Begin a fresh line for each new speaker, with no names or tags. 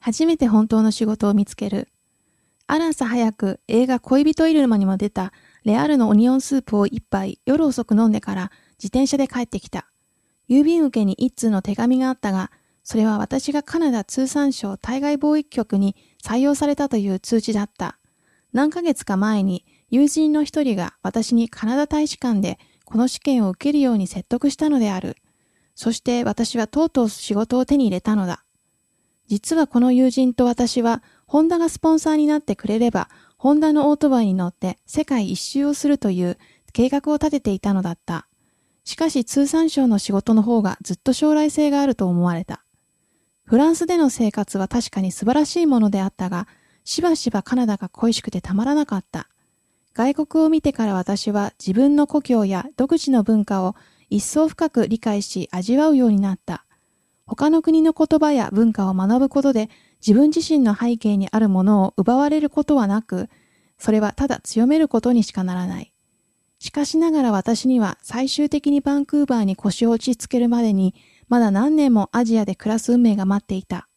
初めて本当の仕事を見つける。ある朝早く映画恋人イルマにも出たレアルのオニオンスープを一杯夜遅く飲んでから自転車で帰ってきた。郵便受けに一通の手紙があったが、それは私がカナダ通産省対外貿易局に採用されたという通知だった。何ヶ月か前に友人の一人が私にカナダ大使館でこの試験を受けるように説得したのである。そして私はとうとう仕事を手に入れたのだ。実はこの友人と私はホンダがスポンサーになってくれれば、ホンダのオートバイに乗って世界一周をするという計画を立てていたのだった。しかし通産省の仕事の方がずっと将来性があると思われた。フランスでの生活は確かに素晴らしいものであったが、しばしばカナダが恋しくてたまらなかった。外国を見てから私は自分の故郷や独自の文化を一層深く理解し味わうようになった。他の国の言葉や文化を学ぶことで自分自身の背景にあるものを奪われることはなく、それはただ強めることにしかならない。しかしながら私には最終的にバンクーバーに腰を落ち着けるまでにまだ何年もアジアで暮らす運命が待っていた。